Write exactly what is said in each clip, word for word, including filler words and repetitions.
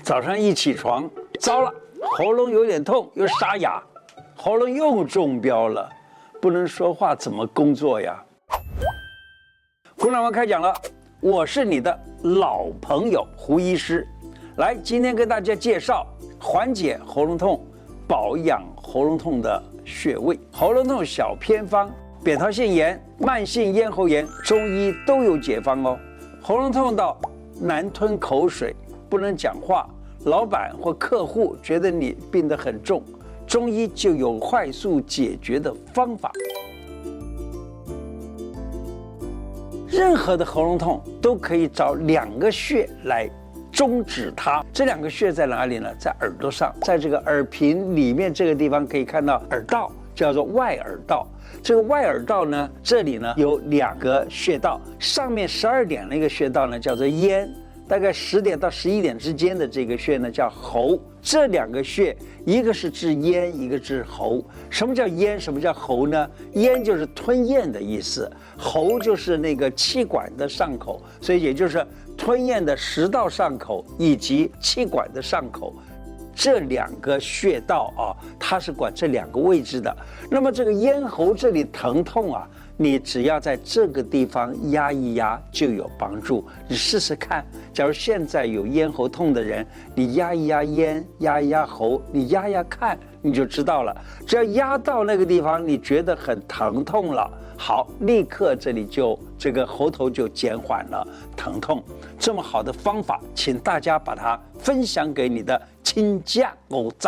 早上一起床，糟了，喉咙有点痛，又沙哑，喉咙又中标了，不能说话，怎么工作呀？胡老王开讲了，我是你的老朋友胡医师，来，今天跟大家介绍缓解喉咙痛、保养喉咙痛的穴位。喉咙痛小偏方，扁桃腺炎、慢性咽喉炎，中医都有解方哦。喉咙痛到难吞口水，不能讲话，老板或客户觉得你病得很重，中医就有快速解决的方法。任何的喉咙痛都可以找两个穴来终止它。这两个穴在哪里呢？在耳朵上，在这个耳屏里面这个地方可以看到耳道，叫做外耳道。这个外耳道呢，这里呢有两个穴道，上面十二点那个穴道呢叫做咽，大概十点到十一点之间的这个穴呢叫喉。这两个穴，一个是治咽，一个治喉。什么叫咽？什么叫喉呢？咽就是吞咽的意思，喉就是那个气管的上口，所以也就是吞咽的食道上口以及气管的上口。这两个穴道啊，它是管这两个位置的。那么这个咽喉这里疼痛啊，你只要在这个地方压一压就有帮助。你试试看，假如现在有咽喉痛的人，你压一压咽，压一压喉，你压压看，你就知道了。只要压到那个地方，你觉得很疼痛了，好，立刻这里就这个喉头就减缓了疼痛。这么好的方法，请大家把它分享给你的亲家偶长。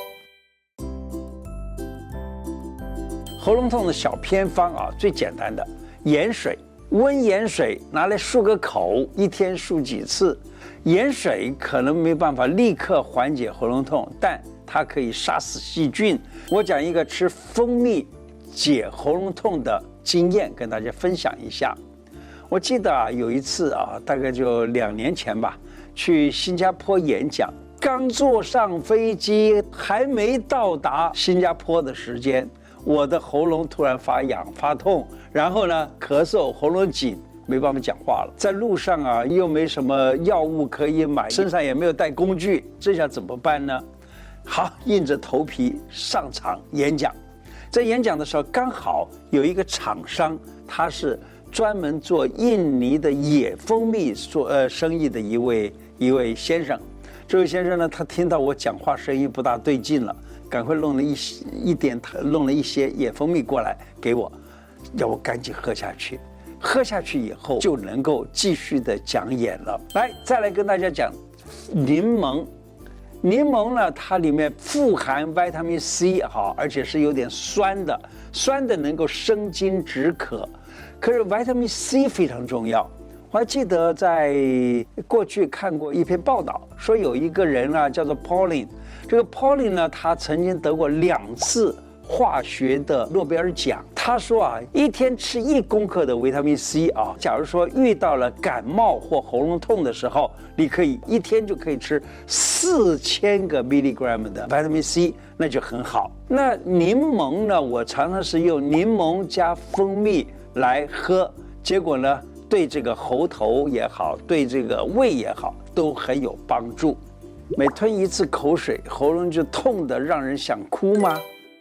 喉咙痛的小偏方啊，最简单的盐水，温盐水拿来漱个口，一天漱几次。盐水可能没办法立刻缓解喉咙痛，但它可以杀死细菌。我讲一个吃蜂蜜解喉咙痛的经验，跟大家分享一下。我记得啊，有一次啊，大概就两年前吧，去新加坡演讲，刚坐上飞机，还没到达新加坡的时间，我的喉咙突然发痒发痛，然后呢咳嗽，喉咙紧，没办法讲话了。在路上啊，又没什么药物可以买，身上也没有带工具，这下怎么办呢？好，硬着头皮上场演讲。在演讲的时候，刚好有一个厂商，他是专门做印尼的野蜂蜜做呃生意的一位一位先生。这位先生呢，他听到我讲话声音不大对劲了，赶快弄了一一点弄了一些野蜂蜜过来给我，要我赶紧喝下去。喝下去以后就能够继续的讲演了。来，再来跟大家讲柠檬。柠檬呢，它里面富含 vitamin C 哈，而且是有点酸的，酸的能够生津止渴。可是 vitamin C 非常重要。我还记得在过去看过一篇报道，说有一个人啊叫做 Pauling， 这个 Pauling 呢，他曾经得过两次化学的诺贝尔奖。他说啊，一天吃一公克的维他命 C 啊，假如说遇到了感冒或喉咙痛的时候，你可以一天就可以吃四千个 milligram 的维他命 C， 那就很好。那柠檬呢，我常常是用柠檬加蜂蜜来喝，结果呢，对这个喉头也好，对这个胃也好，都很有帮助。每吞一次口水，喉咙就痛得让人想哭吗？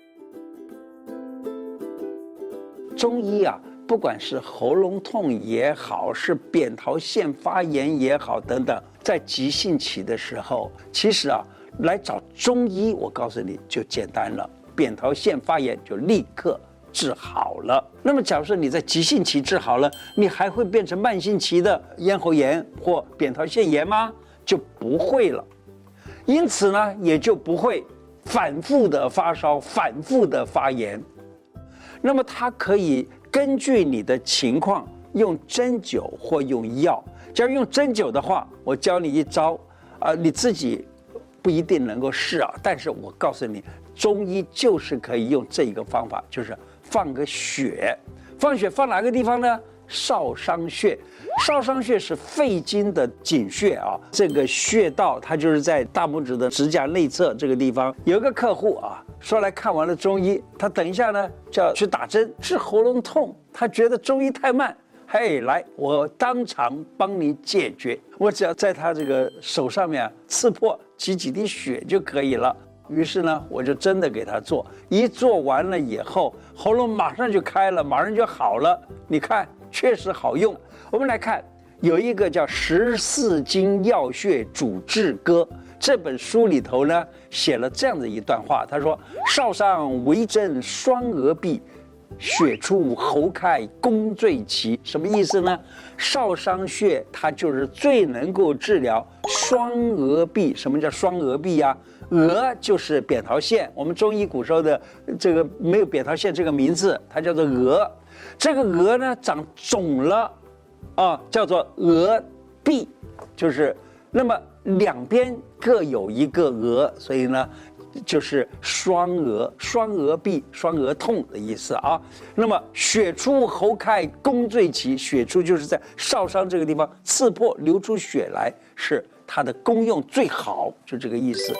中医啊，不管是喉咙痛也好，是扁桃腺发炎也好等等，在急性期的时候，其实啊，来找中医，我告诉你就简单了，扁桃腺发炎就立刻治好了。那么假如说你在急性期治好了，你还会变成慢性期的咽喉炎或扁桃腺炎吗？就不会了。因此呢，也就不会反复的发烧，反复的发炎。那么它可以根据你的情况用针灸或用药。假如用针灸的话，我教你一招啊、呃，你自己不一定能够试啊，但是我告诉你，中医就是可以用这一个方法，就是放个血。放血放哪个地方呢？少商穴。少商穴是肺经的井穴啊，这个穴道它就是在大拇指的指甲内侧这个地方。有一个客户啊，说来看完了中医，他等一下呢就要去打针治喉咙痛，他觉得中医太慢， 嘿，来，我当场帮你解决，我只要在他这个手上面刺破几几滴血就可以了。于是呢，我就真的给他做，一做完了以后，喉咙马上就开了，马上就好了。你看，确实好用。我们来看，有一个叫《十四经要穴主治歌》这本书里头呢，写了这样的一段话，他说：少商为针双额闭，血出喉开弓坠齐。什么意思呢？少商穴它就是最能够治疗双额闭。什么叫双额闭呀？额就是扁桃腺，我们中医古时候的这个没有扁桃腺这个名字，它叫做额。这个额呢长肿了，啊，叫做额闭，就是那么两边各有一个额，所以呢就是双额，双额闭，双额痛的意思啊。那么血出喉开弓坠齐，血出就是在少商这个地方刺破流出血来，是它的功用最好，就这个意思。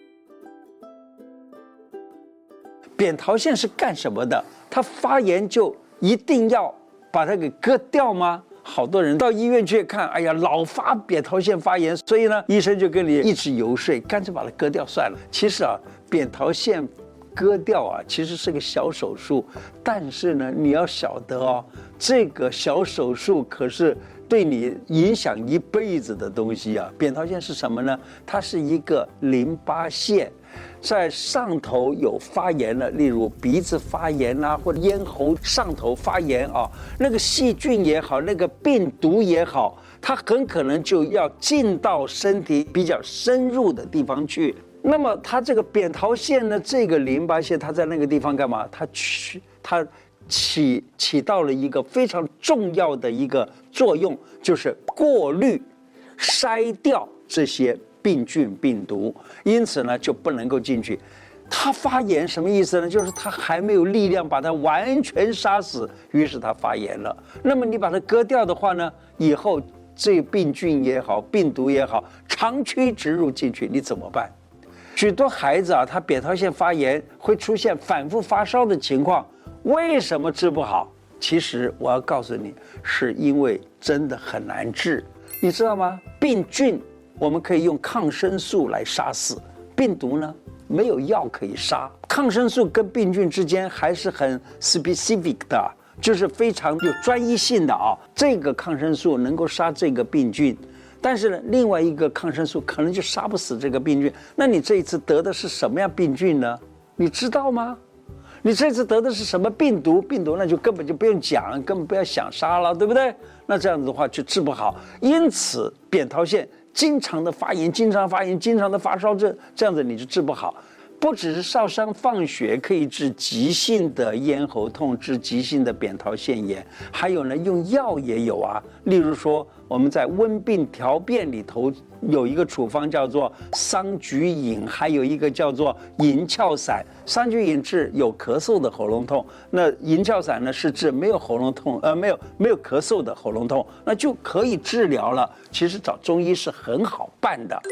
扁桃腺是干什么的？它发炎就一定要把它给割掉吗？好多人到医院去看，哎呀，老发扁桃腺发炎，所以呢，医生就跟你一直游说，干脆把它割掉算了。其实啊，扁桃腺割掉啊，其实是个小手术，但是呢，你要晓得哦，这个小手术可是对你影响一辈子的东西啊。扁桃腺是什么呢？它是一个淋巴腺。在上头有发炎了，例如鼻子发炎啦、啊，或者咽喉上头发炎啊，那个细菌也好，那个病毒也好，它很可能就要进到身体比较深入的地方去。那么它这个扁桃腺呢，这个淋巴腺，它在那个地方干嘛？它去它起起到了一个非常重要的一个作用，就是过滤、筛掉这些病菌病毒，因此呢就不能够进去。它发炎什么意思呢？就是它还没有力量把它完全杀死，于是它发炎了。那么你把它割掉的话呢，以后这病菌也好，病毒也好，长驱直入进去，你怎么办？许多孩子啊，他扁桃腺发炎会出现反复发烧的情况，为什么治不好？其实我要告诉你，是因为真的很难治，你知道吗？病菌我们可以用抗生素来杀死，病毒呢没有药可以杀。抗生素跟病菌之间还是很 specific 的，就是非常有专一性的啊。这个抗生素能够杀这个病菌，但是呢，另外一个抗生素可能就杀不死这个病菌。那你这一次得的是什么样病菌呢？你知道吗？你这次得的是什么病毒？病毒那就根本就不用讲，根本不要想杀了，对不对？那这样子的话就治不好。因此，扁桃腺经常的发炎，经常发炎，经常的发烧，这这样子你就治不好。不只是少商放血可以治急性的咽喉痛，治急性的扁桃腺炎，还有呢用药也有啊。例如说我们在温病调变里头有一个处方叫做桑菊饮，还有一个叫做银翘散。桑菊饮治有咳嗽的喉咙痛，那银翘散呢是治没有喉咙痛，呃没有没有咳嗽的喉咙痛，那就可以治疗了。其实找中医是很好办的。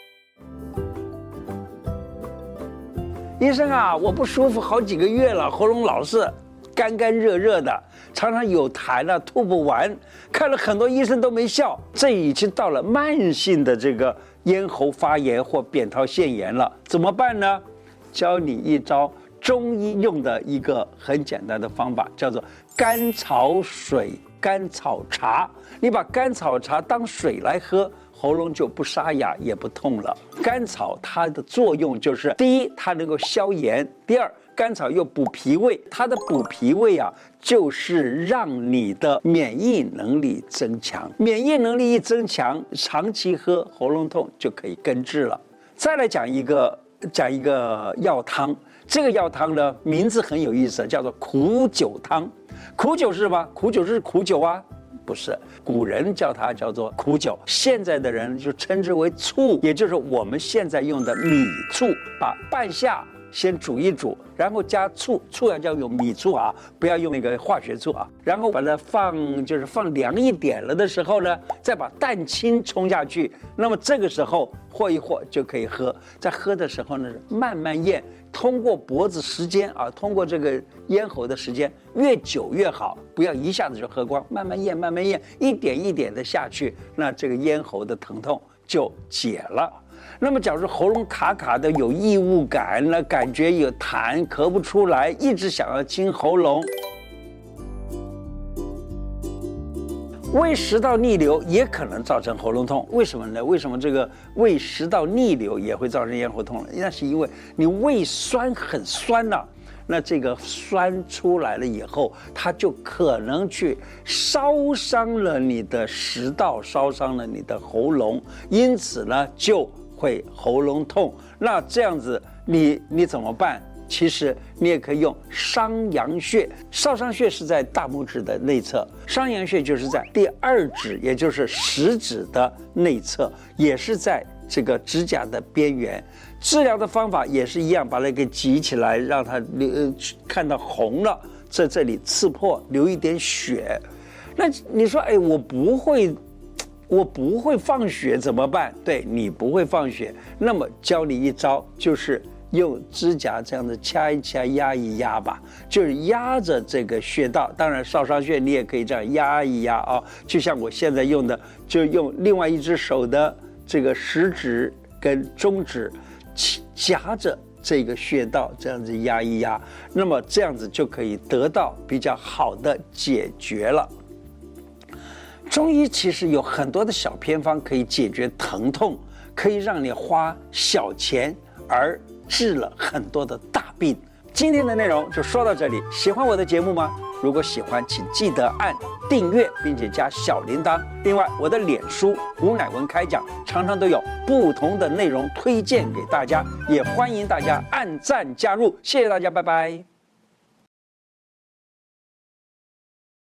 医生啊，我不舒服好几个月了，喉咙老是干干热热的，常常有痰啊，吐不完，看了很多医生都没效，这已经到了慢性的这个咽喉发炎或扁桃腺炎了，怎么办呢？教你一招中医用的一个很简单的方法，叫做甘草水、甘草茶。你把甘草茶当水来喝，喉咙就不沙哑也不痛了。甘草它的作用就是，第一，它能够消炎；第二，甘草又补脾胃。它的补脾胃啊，就是让你的免疫能力增强。免疫能力一增强，长期喝喉咙痛就可以根治了。再来讲一个讲一个药汤，这个药汤呢名字很有意思，叫做苦酒汤。苦酒是什么？苦酒是苦酒啊。不是，古人叫它叫做苦酒，现在的人就称之为醋，也就是我们现在用的米醋。把半夏、 先煮一煮，然后加醋，醋要叫用米醋啊，不要用那个化学醋啊。然后把它放，就是放凉一点了的时候呢，再把蛋清冲下去。那么这个时候和一和就可以喝。在喝的时候呢，慢慢咽，通过脖子时间啊，通过这个咽喉的时间越久越好，不要一下子就喝光，慢慢咽，慢慢咽，一点一点的下去，那这个咽喉的疼痛就解了。那么，假如喉咙卡卡的，有异物感，那感觉有痰，咳不出来，一直想要清喉咙，胃食道逆流也可能造成喉咙痛。为什么呢？为什么这个胃食道逆流也会造成咽喉痛呢？那是因为你胃酸很酸呐、啊。那这个酸出来了以后，它就可能去烧伤了你的食道，烧伤了你的喉咙，因此呢就会喉咙痛。那这样子你你怎么办？其实你也可以用商阳穴。少商穴是在大拇指的内侧，商阳穴就是在第二指，也就是食指的内侧，也是在这个指甲的边缘。治疗的方法也是一样，把它给挤起来，让它流看到红了，在这里刺破，流一点血。那你说，哎，我不会，我不会放血怎么办？对，你不会放血，那么教你一招，就是用指甲这样子掐一掐，压一压吧，就是压着这个穴道。当然，少商穴你也可以这样压一压啊，就像我现在用的，就用另外一只手的这个食指跟中指夹着这个穴道，这样子压一压，那么这样子就可以得到比较好的解决了。中医其实有很多的小偏方可以解决疼痛，可以让你花小钱而治了很多的大病。今天的内容就说到这里，喜欢我的节目吗？如果喜欢，请记得按订阅，并且加小铃铛。另外，我的脸书吴乃文开讲常常都有不同的内容推荐给大家，也欢迎大家按赞加入。谢谢大家，拜拜。